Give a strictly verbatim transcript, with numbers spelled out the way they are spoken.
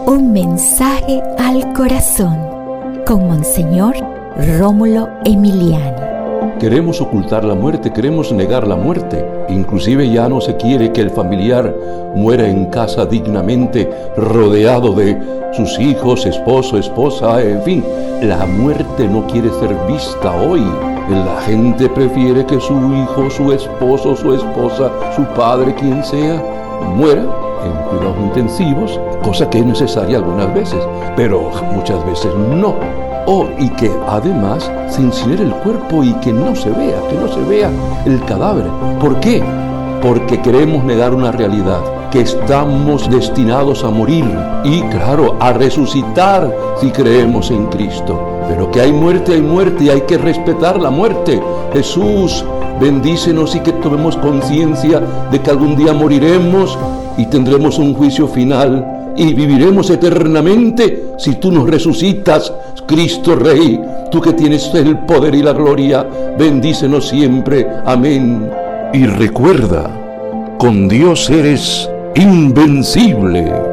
Un mensaje al corazón con Monseñor Rómulo Emiliani. Queremos ocultar la muerte, queremos negar la muerte. Inclusive ya no se quiere que el familiar muera en casa dignamente, rodeado de sus hijos, esposo, esposa, en fin. La muerte no quiere ser vista hoy. La gente prefiere que su hijo, su esposo, su esposa, su padre, quien sea, muera en cuidados intensivos, cosa que es necesaria algunas veces, pero muchas veces no. Oh, y que además se incinere el cuerpo y que no se vea, que no se vea el cadáver. ¿Por qué? Porque queremos negar una realidad, que estamos destinados a morir y, claro, a resucitar si creemos en Cristo. Pero que hay muerte, hay muerte y hay que respetar la muerte. Jesús, bendícenos y que tomemos conciencia de que algún día moriremos y tendremos un juicio final y viviremos eternamente si tú nos resucitas, Cristo Rey, tú que tienes el poder y la gloria, bendícenos siempre. Amén. Y recuerda, con Dios eres invencible.